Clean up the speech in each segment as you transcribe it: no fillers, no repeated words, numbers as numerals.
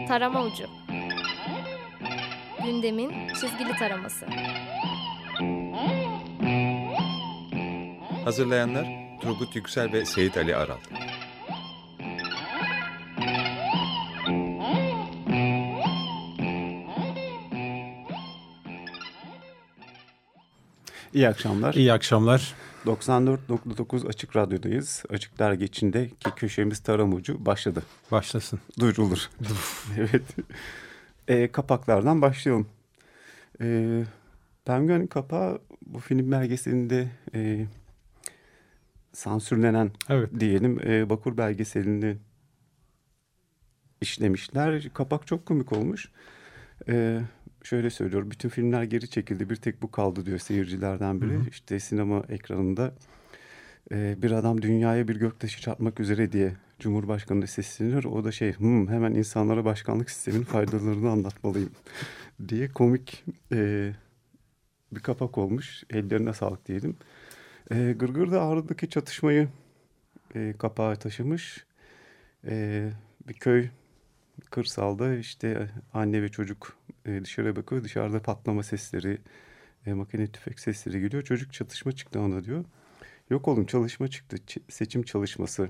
Tarama Ucu. Gündemin çizgili taraması. Hazırlayanlar Turgut Yüksel ve Seyit Ali Aral. İyi akşamlar. İyi akşamlar. 94.9 Açık Radyo'dayız. Açık Dergi içindeki köşemiz Tarama Ucu başladı. Başlasın. Duyurulur. Evet. Kapaklardan başlayalım. Penguin'in kapağı bu film belgeselinde sansürlenen diyelim Bakur belgeselini işlemişler. Kapak çok komik olmuş. Şöyle söylüyor, bütün filmler geri çekildi, bir tek bu kaldı diyor seyircilerden biri. Hı hı. İşte sinema ekranında bir adam dünyaya bir göktaşı çarpmak üzere diye Cumhurbaşkanı'na sesleniyor. O da hemen insanlara başkanlık sisteminin faydalarını anlatmalıyım diye komik bir kapak olmuş. Ellerine sağlık diyelim. Gırgır'da Ağrı'daki çatışmayı kapağa taşımış. Bir köy, kırsalda işte anne ve çocuk dışarıya bakıyor. Dışarıda patlama sesleri, makine tüfek sesleri geliyor. Çocuk çatışma çıktı ona diyor. Yok oğlum, çalışma çıktı. Seçim çalışması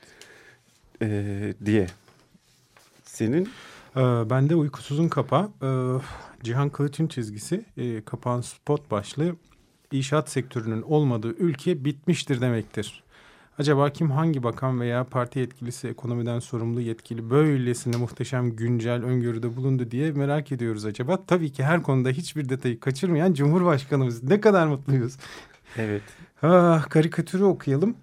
diye. Senin? Bende Uykusuz'un kapağı. Cihan Kılıç'ın çizgisi. Kapağın spot başlığı. İnşaat sektörünün olmadığı ülke bitmiştir demektir. Acaba kim, hangi bakan veya parti yetkilisi, ekonomiden sorumlu yetkili böylesine muhteşem güncel öngörüde bulundu diye merak ediyoruz acaba. Tabii ki her konuda hiçbir detayı kaçırmayan Cumhurbaşkanımız. Ne kadar mutluyuz. Evet. Karikatürü okuyalım.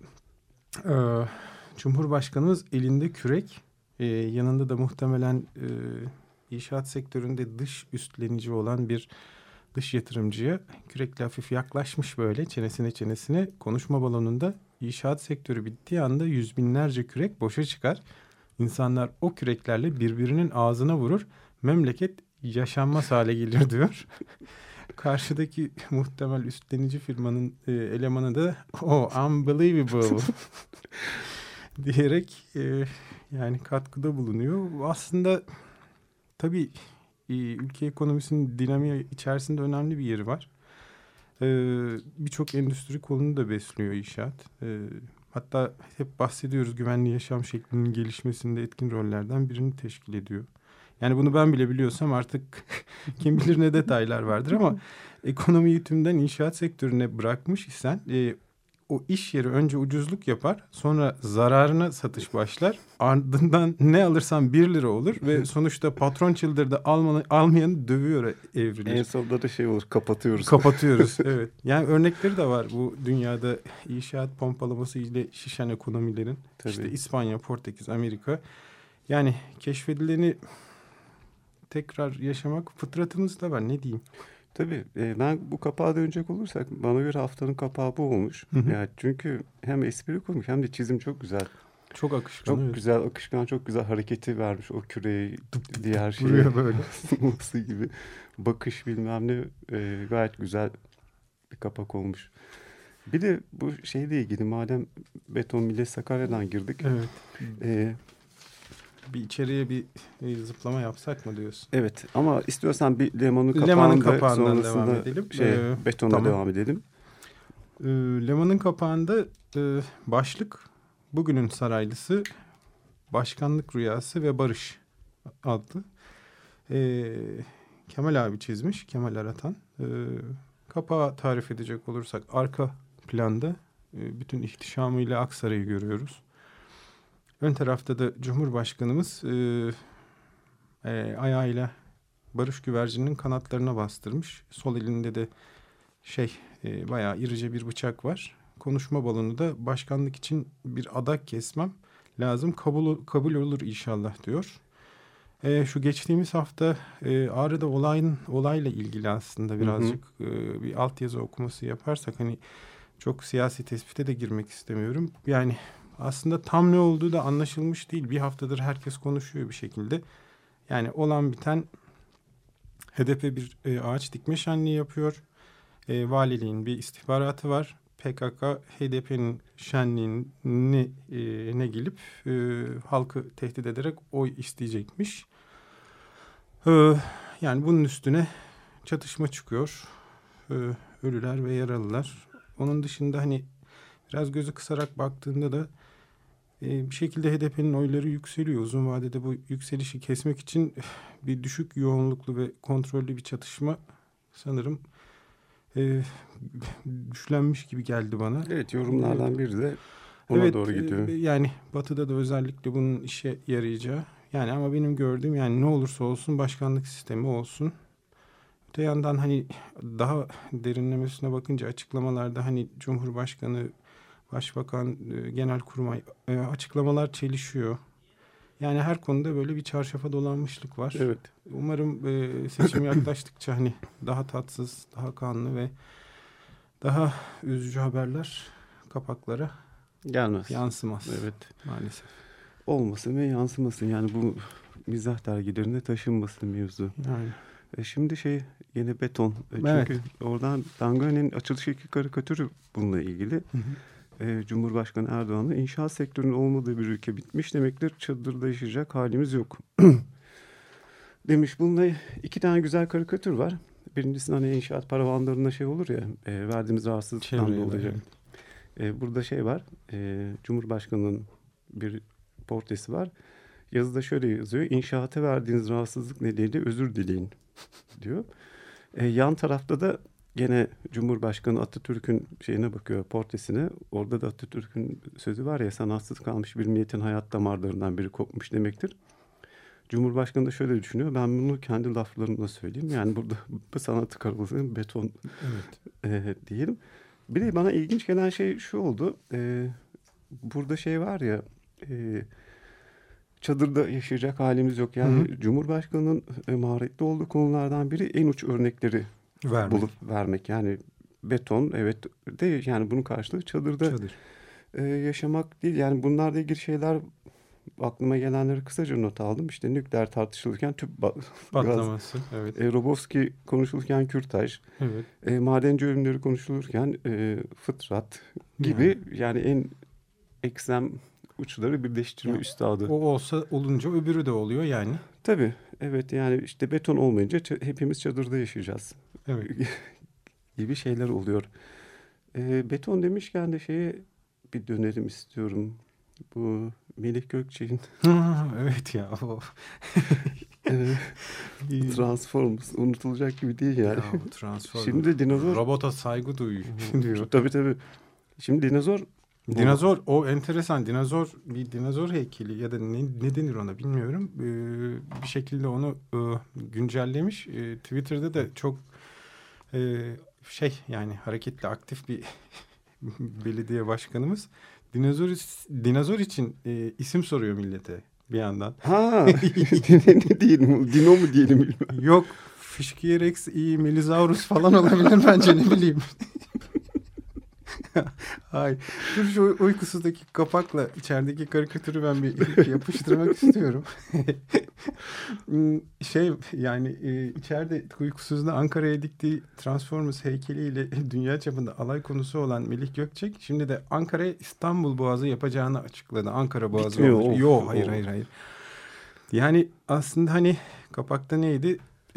Cumhurbaşkanımız elinde kürek. Yanında da muhtemelen inşaat sektöründe dış üstlenici olan bir dış yatırımcıya kürekle hafif yaklaşmış böyle çenesine. Konuşma balonunda inşaat sektörü bittiği anda yüz binlerce kürek boşa çıkar. İnsanlar o küreklerle birbirinin ağzına vurur. Memleket yaşanmaz hale gelir diyor. Karşıdaki muhtemel üstlenici firmanın elemanı da unbelievable diyerek yani katkıda bulunuyor. Aslında tabii ülke ekonomisinin dinamiği içerisinde önemli bir yeri var. Birçok endüstri kolunu da besliyor inşaat. Hatta hep bahsediyoruz, güvenli yaşam şeklinin gelişmesinde etkin rollerden birini teşkil ediyor. Yani bunu ben bile biliyorsam artık kim bilir ne detaylar vardır ama ekonomiyi tümden inşaat sektörüne bırakmış isen o iş yeri önce ucuzluk yapar, sonra zararına satış başlar. Ardından ne alırsan 1 lira olur ve sonuçta patron çıldırdı, almayanı dövüyor, evrilir. En sonunda da olur, kapatıyoruz. Kapatıyoruz, evet. Yani örnekleri de var bu dünyada inşaat pompalaması ile şişen ekonomilerin. Tabii. İşte İspanya, Portekiz, Amerika. Yani keşfedileni tekrar yaşamak fıtratımızda var, ne diyeyim. Tabii ben bu kapağa dönecek olursak bana göre haftanın kapağı bu olmuş. Hı hı. Yani çünkü hem espri komik hem de çizim çok güzel. Çok akışkan. Çok güzel, akışkan, çok güzel hareketi vermiş. O küreği, diğer şeyi böyle nasıl gibi bakış bilmem ne, gayet güzel bir kapak olmuş. Bir de bu şeyle ilgili, madem Beton Millet Sakarya'dan girdik. Evet. Bir içeriye bir zıplama yapsak mı diyorsun? Evet, ama istiyorsan bir Leman'ın kapağından devam edelim. Beton'a tamam. Devam edelim. Leman'ın kapağında başlık bugünün saraylısı, başkanlık rüyası ve barış adlı. Kemal abi çizmiş, Kemal Aratan. Kapağı tarif edecek olursak arka planda bütün ihtişamıyla Aksaray'ı görüyoruz. Ön tarafta da Cumhurbaşkanımız ayağıyla barış güvercininin kanatlarına bastırmış. Sol elinde de bayağı irice bir bıçak var. Konuşma balonu da başkanlık için bir adak kesmem lazım, kabul olur inşallah diyor. Şu geçtiğimiz hafta Ağrı'da olayla ilgili aslında birazcık bir altyazı okuması yaparsak, hani çok siyasi tespite de girmek istemiyorum. Yani aslında tam ne olduğu da anlaşılmış değil. Bir haftadır herkes konuşuyor bir şekilde. Yani olan biten, HDP bir ağaç dikme şenliği yapıyor. Valiliğin bir istihbaratı var. PKK HDP'nin şenliğine gelip halkı tehdit ederek oy isteyecekmiş. Yani bunun üstüne çatışma çıkıyor. Ölüler ve yaralılar. Onun dışında hani biraz gözü kısarak baktığında da bir şekilde HDP'nin oyları yükseliyor. Uzun vadede bu yükselişi kesmek için bir düşük yoğunluklu ve kontrollü bir çatışma sanırım düşlenmiş gibi geldi bana. Evet, yorumlardan biri de ona doğru gidiyor. Yani Batı'da da özellikle bunun işe yarayacağı. Yani ama benim gördüğüm yani ne olursa olsun başkanlık sistemi olsun. Öte yandan hani daha derinlemesine bakınca açıklamalarda hani Cumhurbaşkanı, Başbakan, Genelkurmay açıklamalar çelişiyor. Yani her konuda böyle bir çarşafa dolanmışlık var. Evet. Umarım seçim yaklaştıkça hani daha tatsız, daha kanlı ve daha üzücü haberler kapaklara Gelmez. yansımaz. Evet. Maalesef. Olmasın ve yansımasın. Yani bu mizah dergilerine taşınmasın mevzu. Yani. Şimdi yine beton. Evet. Çünkü oradan Dangani'nin açılış iki karikatürü bununla ilgili. Hı hı. Cumhurbaşkanı Erdoğan'ın inşaat sektörünün olmadığı bir ülke bitmiş demektir. Çadırda yaşayacak halimiz yok. Demiş. Bununla iki tane güzel karikatür var. Birincisinde hani inşaat paravanlarında olur ya, verdiğimiz rahatsızlıktan dolayı. Burada var. Cumhurbaşkanı'nın bir portresi var. Yazıda şöyle yazıyor. İnşaata verdiğiniz rahatsızlık nedeniyle özür dileyin diyor. Yan tarafta da gene Cumhurbaşkanı Atatürk'ün bakıyor, portresine. Orada da Atatürk'ün sözü var ya, sanatsız kalmış bir milletin hayat damarlarından biri kopmuş demektir. Cumhurbaşkanı da şöyle düşünüyor. Ben bunu kendi laflarımla söyleyeyim. Yani burada sanatı karalasın, beton diyelim. Bir de bana ilginç gelen şu oldu. Burada var ya, çadırda yaşayacak halimiz yok. Yani Cumhurbaşkanı'nın maharetli olduğu konulardan biri en uç örnekleri bulup vermek. Yani beton, evet, de yani bunun karşılığı çadırda yaşamak değil. Yani bunlarla ilgili şeyler, aklıma gelenleri kısaca not aldım. İşte nükleer tartışılırken tüp patlaması. Evet. Roboski konuşulurken kürtaj. Evet. Madenci ölümleri konuşulurken fıtrat gibi, yani en ekstrem uçları birleştirme üstadı. O olunca öbürü de oluyor yani. Tabii. Evet, yani işte beton olmayınca hepimiz çadırda yaşayacağız. Evet. gibi şeyler oluyor. Beton demişken de bir dönerim istiyorum. Bu Melih Gökçek'in evet ya. Transformers unutulacak gibi değil yani. Ya, Transformers. Şimdi dinozor. Robota saygı duyuyor diyor. Tabii. Şimdi dinozor o enteresan. Bir dinozor heykeli ya da ne denir ona bilmiyorum. Bir şekilde onu güncellemiş. Twitter'da da çok yani hareketli, aktif bir belediye başkanımız. Dinozor için isim soruyor millete bir yandan. Ne diyelim? Dino mu diyelim? Yok. Fışkiyerex, Melisaurus falan olabilir bence, ne bileyim. Hayır. Dur, şu uykusuzdaki kapakla içerideki karikatürü ben bir yapıştırmak istiyorum. Yani içeride uykusuzda Ankara'ya diktiği Transformers heykeliyle dünya çapında alay konusu olan Melih Gökçek şimdi de Ankara'ya İstanbul Boğazı yapacağını açıkladı. Ankara Boğazı olacak. Yok, hayır. Yani aslında hani kapakta neydi?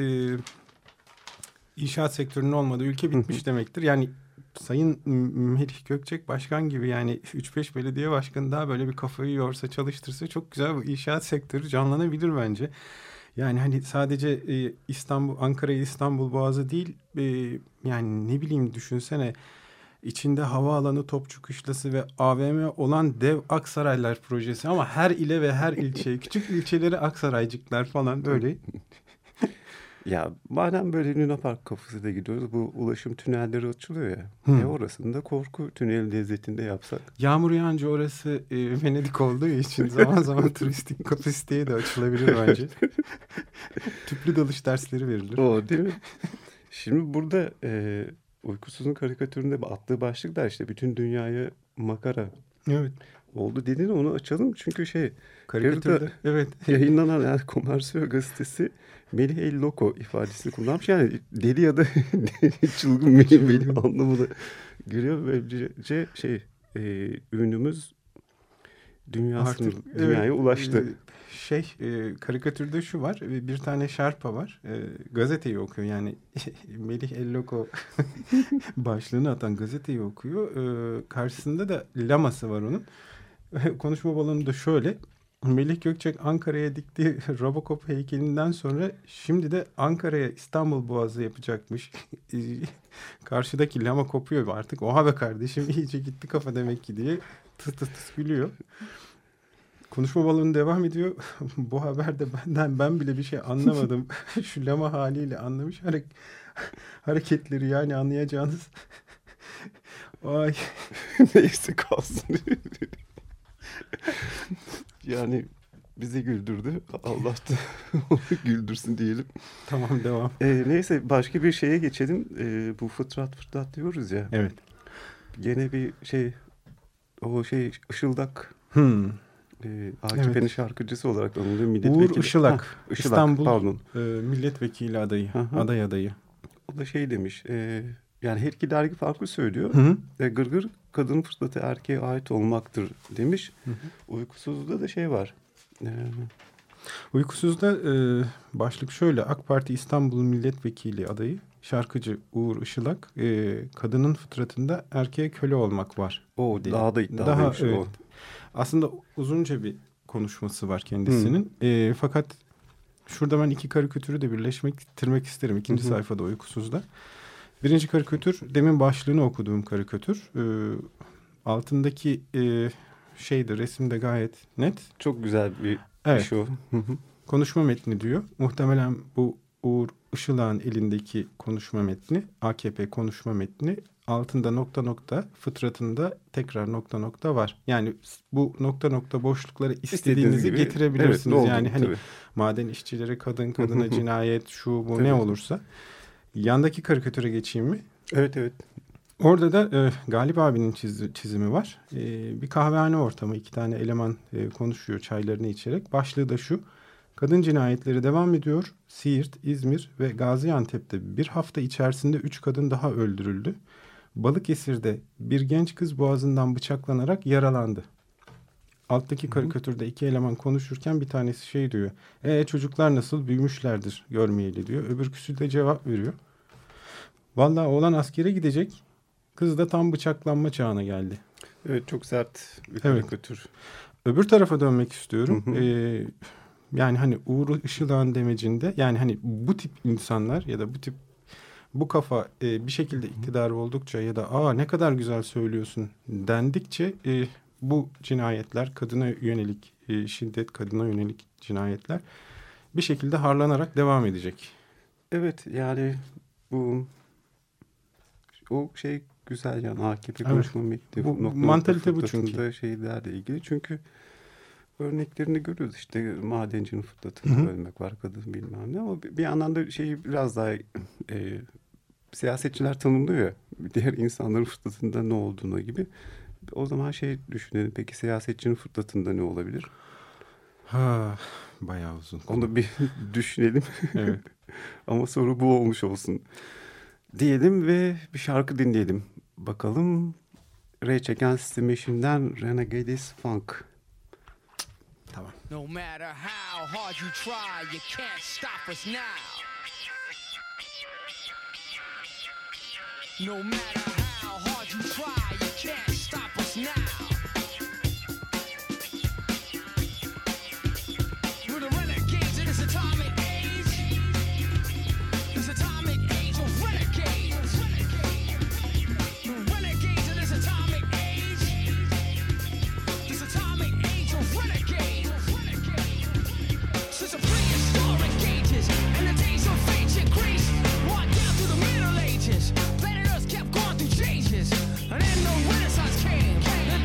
İnşaat sektörünün olmadığı ülke bitmiş demektir. Yani Sayın Melih Gökçek başkan gibi, yani 3-5 belediye başkanı daha böyle bir kafayı yorsa, çalıştırsa çok güzel bu inşaat sektörü canlanabilir bence. Yani hani sadece Ankara'yı İstanbul Boğazı değil, yani ne bileyim, düşünsene, içinde havaalanı, Topçu Kışlası ve AVM olan dev Aksaraylar projesi, ama her ile ve her ilçeye, küçük ilçeleri Aksaraycıklar falan böyle. Ya madem böyle Luna Park kafasıyla gidiyoruz, bu ulaşım tünelleri açılıyor ya. Orasını da korku tüneli lezzetinde yapsak. Yağmur yağınca orası Venedik olduğu için zaman zaman turistik kapasiteye de açılabilir bence. Tüplü dalış dersleri verilir. O değil mi? Şimdi burada uykusuzun karikatüründe attığı başlıklar işte bütün dünyaya makara. Evet. Oldu dediğini, onu açalım çünkü karikatürde evet yayınlanan yani Komersiyo gazetesi Melih El Loco ifadesini kullanmış. Yani deli ya da çılgın Melih anlamını görüyor. Böylece ürünümüz dünyaya ulaştı. karikatürde şu var. Bir tane şarpa var. Gazeteyi okuyor. Yani Melih Elloko başlığını atan gazeteyi okuyor. Karşısında da laması var onun. Konuşma balonu da şöyle. Melih Gökçek Ankara'ya diktiği Robocop heykelinden sonra şimdi de Ankara'ya İstanbul Boğazı yapacakmış. Karşıdaki lama kopuyor artık. Oha be kardeşim iyice gitti kafa demek ki diye tıs tıs tıs gülüyor. Konuşma balonu devam ediyor. Bu haberde ben bile bir şey anlamadım. Şu lama haliyle anlamış hareketleri yani anlayacağınız. Ay Neyse kalsın. Yani bizi güldürdü. Allah da onu güldürsün diyelim. tamam devam. Neyse başka bir şeye geçelim. Bu fıtrat diyoruz ya. Evet. Gene bir Işıldak. AKP'nin Evet. şarkıcısı olarak anılıyor. Milletvekili. Uğur Işılak. İstanbul pardon. milletvekili adayı. Hı hı. Aday adayı. O da demiş. Yani her iki dergi farklı söylüyor. Hı hı. Gırgır kadın fıtratı erkeğe ait olmaktır demiş. Hı hı. Uykusuzluğunda da var. Uykusuz'da başlık şöyle. AK Parti İstanbul milletvekili adayı şarkıcı Uğur Işılak kadının fıtratında erkeğe köle olmak var. O daha da iddialıymış evet. o. Aslında uzunca bir konuşması var kendisinin. Fakat şurada ben iki karikatürü de birleştirmek isterim. İkinci sayfada Uykusuz'da. Birinci karikatür demin başlığını okuduğum karikatür. Altındaki resimde gayet net. Çok güzel bir Evet. iş o. Konuşma metni diyor. Muhtemelen bu Uğur Işılak'ın elindeki konuşma metni, AKP konuşma metni. Altında nokta nokta, fıtratında tekrar nokta nokta var. Yani bu nokta nokta boşlukları istediğinizi gibi getirebilirsiniz. Evet, yani hani tabii. maden işçileri, kadına cinayet, şu bu ne olursa. Yandaki karikatüre geçeyim mi? Evet. Orada da Galip abinin çizimi var. Bir kahvehane ortamı. 2 tane eleman konuşuyor çaylarını içerek. Başlığı da şu. Kadın cinayetleri devam ediyor. Siirt, İzmir ve Gaziantep'te bir hafta içerisinde 3 kadın daha öldürüldü. Balıkesir'de bir genç kız boğazından bıçaklanarak yaralandı. Alttaki karikatürde 2 eleman konuşurken bir tanesi diyor. Çocuklar nasıl büyümüşlerdir görmeyeli diyor. Öbürküsü de cevap veriyor. Vallahi oğlan askere gidecek. Kız da tam bıçaklanma çağına geldi. Evet çok sert bir karikatür. Öbür tarafa dönmek istiyorum. Yani hani Uğur Işılak'ın demecinde yani hani bu tip insanlar ya da bu kafa bir şekilde iktidarı oldukça ya da ne kadar güzel söylüyorsun dendikçe bu cinayetler kadına yönelik şiddet, kadına yönelik cinayetler bir şekilde harlanarak devam edecek. Evet yani o güzel yani AKP konuşma metni. Bu mantalite bu çünkü. Şeylerle ilgili çünkü örneklerini görüyoruz işte madencinin fıtratını ölmek var kadın bilmem ne ama bir yandan da biraz daha siyasetçiler tanımlıyor ya diğer insanların fıtratında ne olduğunu gibi. O zaman düşünelim peki siyasetçinin fıtratında ne olabilir? Bayağı uzun. Onu bir düşünelim. Evet. Ama soru bu olmuş olsun. Diyelim ve bir şarkı dinleyelim. Bakalım Rage Against the Machine'den Renegades Funk. Tamam. No matter how hard you try, you can't stop us now. No matter how hard you try, you can't stop us now. We're the renegades in this atomic age. This atomic age of renegades. The renegades in this atomic age. This atomic age of renegades. Since the prehistoric ages and the days of ancient Greece, walked down through the Middle Ages. Planet Earth kept going through changes, and then the Renaissance came. The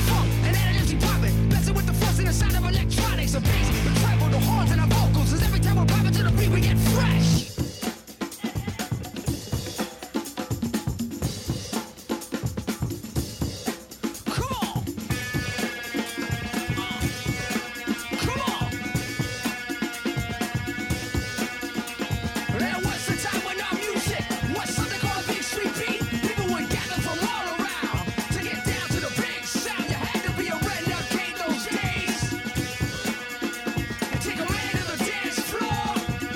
funk, and energy popping, messing with the force and the sound of electronics. The bass, the treble, the horns, and our vocals. 'Cause every time we're popping to the beat, we get fresh. Come on. Come on. There was a time when our music was something called a big street beat. People would gather from all around to get down to the big sound. You had to be a renegade those days and take a man to the dance floor.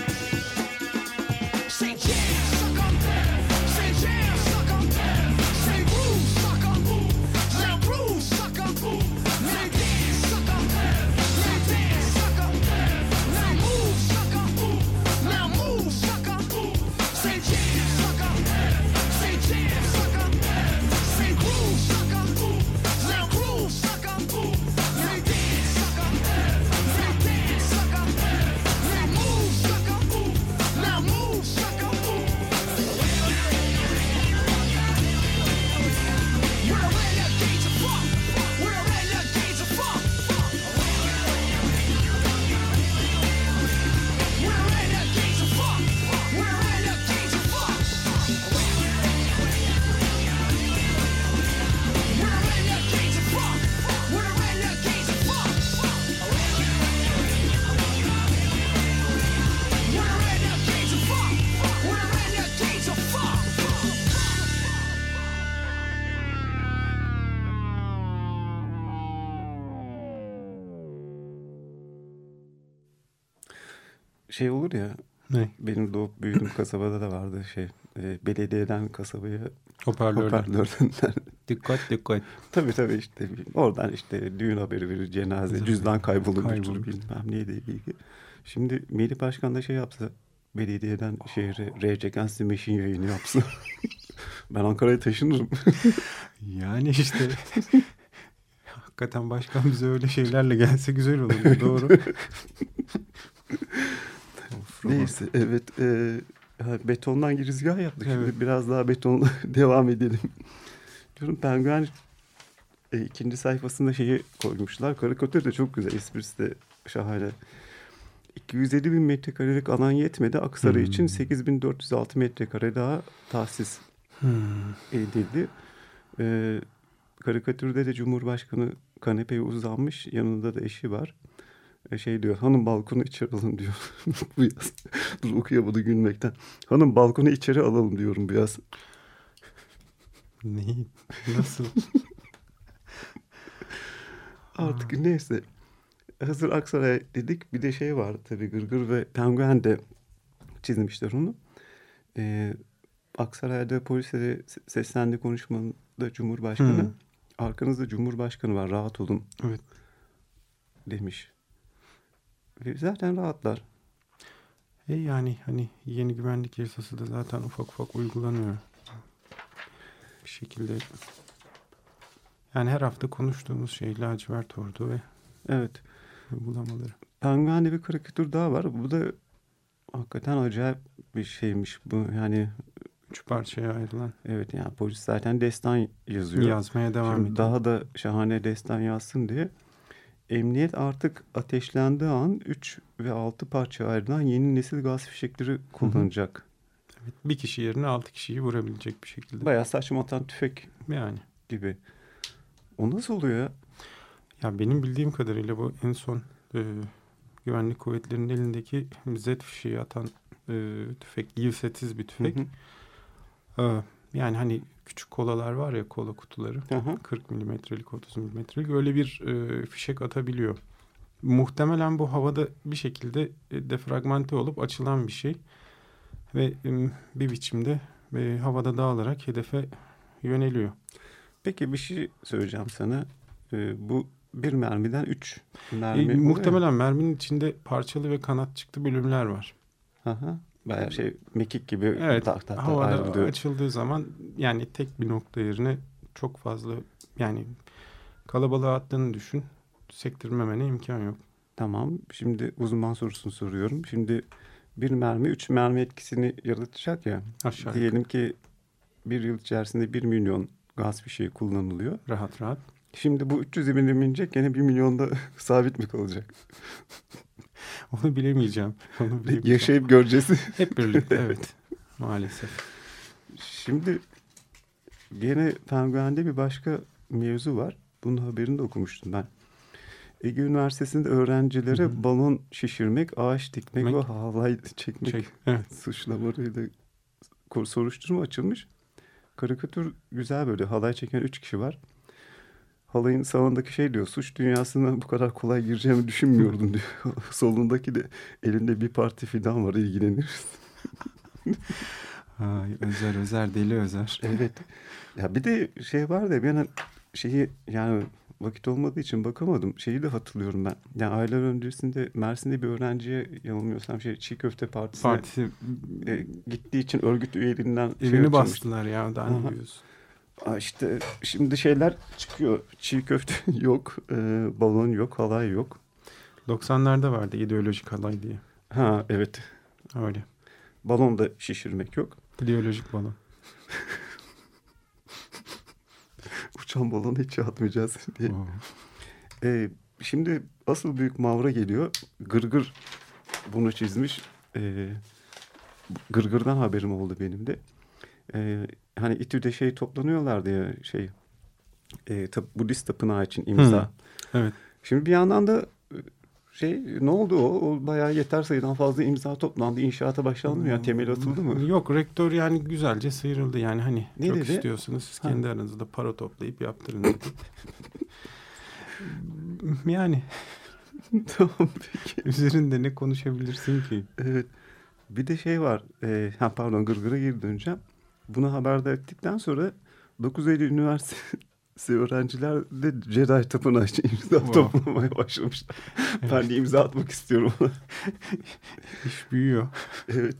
Say jam, sucker. Say jam, sucker. Say groove, sucker. Say groove, sucker. Say dance, sucker. Say dance, sucker. Now move, sucker. Now move, sucker. Say jam, sucker. Say jam, sucker. Say groove, sucker. Now groove, sucker. Say dance, sucker. Say dance, sucker. Now move, sucker. Now move, sucker. We're the renegades of funk. We're the renegades of funk. We're the renegades of funk. We're the renegades of funk. We're the renegades of funk. We're the renegades of funk. We're the renegades of funk. We're the renegades of funk. Şey olur ya, Ne? benim doğup büyüdüğüm kasabada da vardı belediyeden kasabaya Hoparlörler. hoparlörler. Dikkat dikkat. Tabii işte oradan işte düğün haberi verir, cenaze, cüzdan kaybolur, bilmem neydi ilgili. Şimdi Melih Başkan da yapsa, belediyeden şehre Rage Against the Machine yayını yapsa ben Ankara'ya taşınırım. Yani işte hakikaten başkan bize öyle şeylerle gelse güzel olur. Doğru. Of, Neyse evet, betondan girizgah yaptık. Evet. Şimdi biraz daha betonla devam edelim. Diyorum Penguen ikinci sayfasında koymuşlar. Karikatür de çok güzel, esprisi de şahane. 250 bin metrekarelik alan yetmedi. Aksaray için 8406 metrekare daha tahsis edildi. Karikatürde de Cumhurbaşkanı kanepeye uzanmış. Yanında da eşi var. Diyor, hanım balkonu içeri alalım diyor. Bu yaz. Dur okuyamadı gülmekten. Hanım balkonu içeri alalım diyorum bu yaz. Neyi? Nasıl? Artık neyse. Hazır Aksaray dedik. Bir de var tabii, Gırgır ve Penguen de çizmişler onu. Aksaray'da polise seslendi konuşmada Cumhurbaşkanı. Arkanızda Cumhurbaşkanı var, rahat olun. Evet. Demiş. Ve zaten rahatlar. Yani hani yeni güvenlik yasası da zaten ufak ufak uygulanıyor. Bir şekilde. Yani her hafta konuştuğumuz şey lacivert ordu ve Evet. uygulamaları. Penguen'de bir karikatür daha var. Bu da hakikaten acayip bir şeymiş bu. Yani 3 parçaya ayrılan. evet, yani polis zaten destan yazıyor. Yazmaya devam Şimdi ediyor. daha da şahane destan yazsın diye. Emniyet artık ateşlendiği an 3 ve 6 parçaya ayrılan yeni nesil gaz fişekleri kullanacak. Evet, bir kişi yerine 6 kişiyi vurabilecek bir şekilde. Bayağı saçma atan tüfek Yani. gibi. O nasıl oluyor ya? Ya benim bildiğim kadarıyla bu en son güvenlik kuvvetlerinin elindeki Z fişeği atan tüfek, yivsetsiz bir tüfek. Yani hani küçük kolalar var ya, kola kutuları. Aha. 40 milimetrelik, 30 milimetrelik öyle bir fişek atabiliyor. Muhtemelen bu havada bir şekilde defragmente olup açılan bir şey. Ve bir biçimde havada dağılarak hedefe yöneliyor. Peki bir şey söyleyeceğim sana. Bu bir mermiden 3 mermi. Muhtemelen merminin içinde parçalı ve kanat çıktı bölümler var. Aha. Bayağı mekik gibi Evet, havada ayrılıyor. açıldığı zaman yani tek bir nokta yerine çok fazla, yani kalabalığa attığını düşün, sektirmemene imkan yok. Tamam. Şimdi uzman sorusunu soruyorum. Şimdi bir mermi 3 mermi etkisini yaratacak ya. Aşağı Diyelim ki bir yıl içerisinde 1 milyon gaz fişeği kullanılıyor. rahat rahat. Şimdi bu 300 bin inecek, gene 1 milyonda sabit mi kalacak? Onu bilemeyeceğim. Onu bilemeyeceğim. Yaşayıp göreceğiz. Hep birlikte evet. Maalesef. Şimdi gene Penguen'de bir başka mevzu var. Bunun haberini de okumuştum ben. Ege Üniversitesi'nde öğrencilere balon şişirmek, ağaç dikmek ve halay çekmek Evet. suçlamalarıyla soruşturma açılmış. Karikatür güzel, böyle halay çeken 3 kişi var. Halayın sağındaki şey diyor, suç dünyasına bu kadar kolay gireceğimi düşünmüyordum diyor. Solundaki de elinde bir parti fidan var, ilgileniriz. Ay, Özer deli Özer. Evet. Ya bir de şey var da, ben şeyi, yani vakit olmadığı için bakamadım. Şeyi de hatırlıyorum ben. Yani aylar öncesinde Mersin'de bir öğrenciye, yanılmıyorsam çiğ köfte partisine gittiği için örgüt üyeliğinden evini bastılar ya, daha ne diyorsun? İşte şimdi şeyler çıkıyor. Çiğ köfte yok, balon yok, halay yok. 90'larda vardı ideolojik halay diye. Ha evet. Öyle. Balon da şişirmek yok. İdeolojik balon. Uçan balonu hiç atmayacağız diye. Şimdi asıl büyük mavra geliyor. Gırgır bunu çizmiş. Gırgır'dan haberim oldu benim de. Hani İTÜ'de toplanıyorlardı ya, Budist tapınağı için imza. Evet. Şimdi bir yandan da ne oldu o bayağı yeter sayıdan fazla imza toplandı. İnşaata başlandı mı ya? Temel atıldı mı? Yok, rektör yani güzelce sıyrıldı. Yani hani ne çok dedi? istiyorsanız siz kendi aranızda para toplayıp yaptırın dedi. Yani Tamam peki. üzerinde ne konuşabilirsin ki? Evet. Bir de var. Pardon, Gırgır'a geri döneceğim. Bunu haberdar ettikten sonra 9 Eylül Üniversitesi öğrenciler de Jedi Tapınağı için imza toplamaya başlamışlar. Evet. Ben de imza atmak istiyorum ona. İş büyüyor. Evet.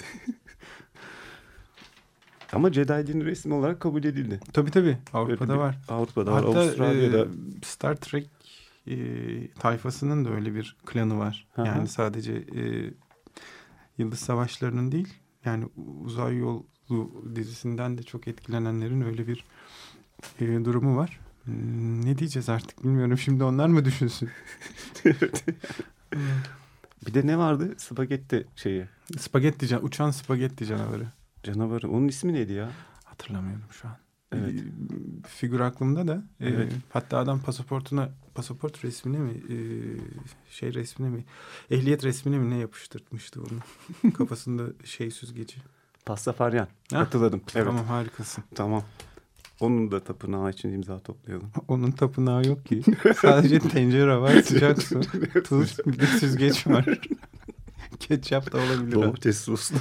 Ama Jedi dini resmi olarak kabul edildi. Tabii. Avrupa'da var. Avrupa'da var. Avustralya'da. Star Trek tayfasının da öyle bir klanı var. Hı-hı. Yani sadece Yıldız Savaşları'nın değil, yani Uzay Yolu dizisinden de çok etkilenenlerin öyle bir durumu var. Ne diyeceğiz artık bilmiyorum. Şimdi onlar mı düşünsün? Evet. Bir de ne vardı? Spagetti şeyi. Spagetti, uçan spagetti canavarı. Canavarı. Onun ismi neydi ya? Hatırlamıyorum şu an. Evet. Figür aklımda da. Evet. Hatta adam pasaport resmine mi resmine mi, ehliyet resmine mi ne yapıştırmıştı onu. Kafasında süzgeci. Pastafaryan. Hatırladım. Evet. Tamam, harikasın. Tamam. Onun da tapınağı için imza toplayalım. Onun tapınağı yok ki. Sadece tencere var, sıcak su, tuz, bir de süzgeç var. Ketçap da olabilir. Domates soslu.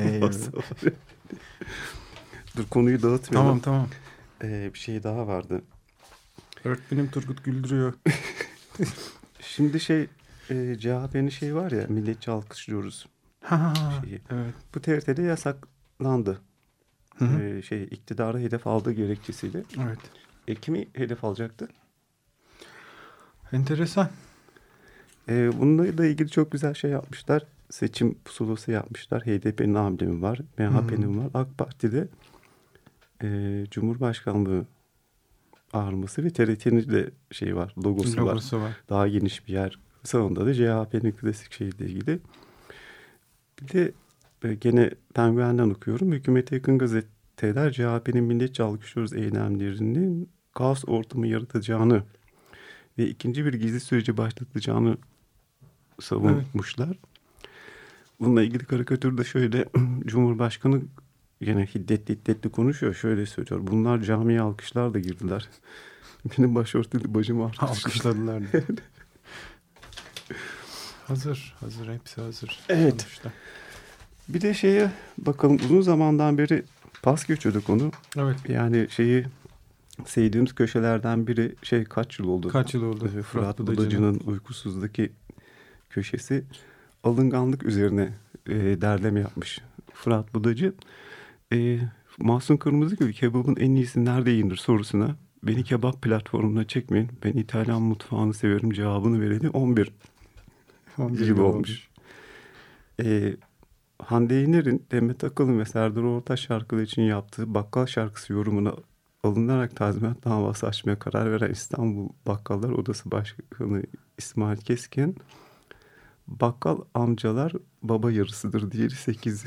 Dur, konuyu dağıtmayalım. Tamam. Bir şey daha vardı. Öğretmenim Turgut güldürüyor. Şimdi CHP'nin var ya, milliyetçi alkışlıyoruz. Evet. Bu TRT'de yasaklandı. İktidara hedef aldığı gerekçesiyle. Evet. Kimi hedef alacaktı? Enteresan. Bununla da ilgili çok güzel yapmışlar. Seçim pusulası yapmışlar. HDP'nin amblemi var. MHP'nin var. AK Parti'de Cumhurbaşkanlığı arması ve TRT'nin de var. Logosu var. Daha geniş bir yer. Sonunda da CHP'nin klasik şeyle ilgili. Bir de gene Penguen'den okuyorum. Hükümete yakın gazeteler CHP'nin milliyetçi alkışlıyoruz eylemlerinin kaos ortamı yaratacağını ve ikinci bir gizli süreci başlatacağını savunmuşlar. Evet. Bununla ilgili karikatürde Cumhurbaşkanı yine hiddetli konuşuyor. Şöyle söylüyor. Bunlar camiye alkışlarla girdiler. Benim başörtülü bacımı alkışladılar. Hazır. Hepsi hazır. Evet. Sonuçta. Bir de bakalım, uzun zamandan beri pas geçiyorduk onu. Evet. Yani sevdiğimiz köşelerden biri kaç yıl oldu? Fırat Budacı'nın Uykusuzdaki köşesi. Alınganlık üzerine derleme yapmış Fırat Budacı. Mahsun Kırmızıgül kebabın en iyisi nerede yenir sorusuna beni kebap platformuna çekmeyin, ben İtalyan mutfağını severim cevabını vereli 11 yıl olmuş. Hande Yener'in Demet Akalın ve Serdar Ortaç şarkıları için yaptığı Bakkal şarkısı yorumuna alınarak tazminat davası açmaya karar veren İstanbul Bakkallar Odası Başkanı İsmail Keskin, bakkal amcalar baba yarısıdır, diğeri 8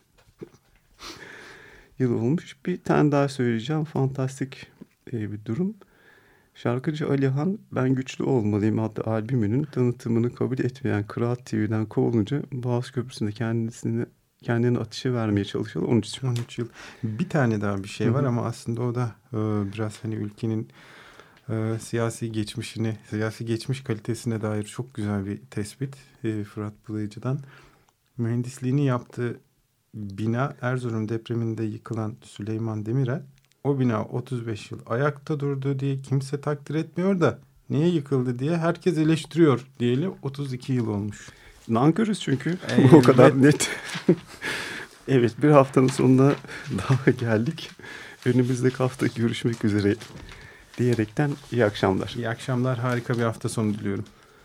yıl olmuş. Bir tane daha söyleyeceğim. Fantastik bir durum. Şarkıcı Alihan "Ben Güçlü Olmalıyım" adlı albümünün tanıtımını kabul etmeyen Kıraat TV'den kovulunca Boğaz Köprüsü'nde kendini ateşe vermeye çalışıyor. 13 yıl. Bir tane daha bir şey var ama aslında o da biraz hani ülkenin siyasi geçmiş kalitesine dair çok güzel bir tespit Fırat Bulayıcı'dan. Mühendisliğini yaptığı bina Erzurum depreminde yıkılan Süleyman Demirel. O bina 35 yıl ayakta durdu diye kimse takdir etmiyor da niye yıkıldı diye herkes eleştiriyor diyeli 32 yıl olmuş. Nankörüz çünkü. O kadar net. Evet, bir haftanın sonuna daha geldik. Önümüzdeki hafta görüşmek üzere diyerekten iyi akşamlar. İyi akşamlar, harika bir hafta sonu diliyorum.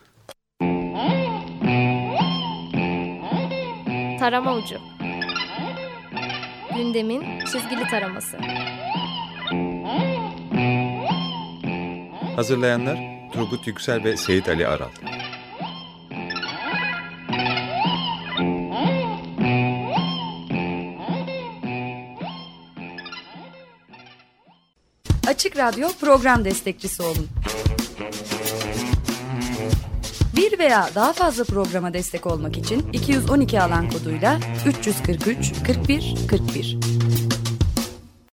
Tarama Ucu. Gündemin çizgili taraması. Hazırlayanlar Turgut Yüksel ve Seyit Ali Aral. Açık Radyo program destekçisi olun. Bir veya daha fazla programa destek olmak için 212 alan koduyla 343 41 41.